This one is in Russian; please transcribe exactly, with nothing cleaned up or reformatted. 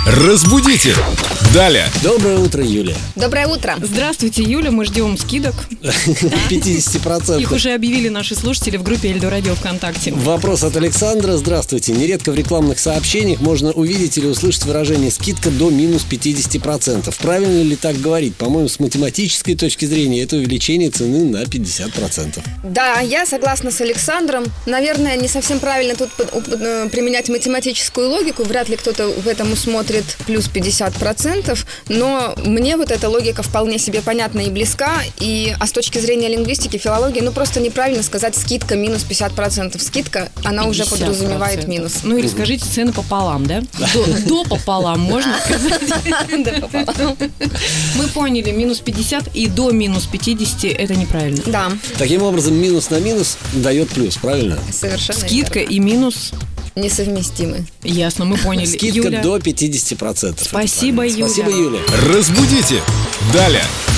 Разбудите! Далее! Доброе утро, Юля. Доброе утро. Здравствуйте, Юля, мы ждем скидок. пятьдесят процентов. Их уже объявили наши слушатели в группе Эльдо Радио ВКонтакте. Вопрос от Александра. Здравствуйте. Нередко в рекламных сообщениях можно увидеть или услышать выражение «скидка до минус пятьдесят процентов». Правильно ли так говорить? По-моему, с математической точки зрения это увеличение цены на пятьдесят процентов. Да, я согласна с Александром. Наверное, не совсем правильно тут применять математическую логику. Вряд ли кто-то в этом усмотрит плюс пятьдесят процентов. Но мне вот эта логика вполне себе понятна и близка. И, а с точки зрения лингвистики, филологии, ну просто неправильно сказать скидка минус пятьдесят процентов. Скидка, она уже подразумевает минус. Ну или скажите цены пополам, да? До, до пополам можно сказать? Да, пополам. Мы поняли, минус пятьдесят и до минус пятьдесят это неправильно. Да, Таким образом, минус на минус дает плюс, правильно? совершенно Скидка верно. и минус. Несовместимы. Ясно, мы поняли. Скидка Юля, до пятьдесят процентов. Спасибо, Юля. Спасибо, Юля. Разбудите! Далее!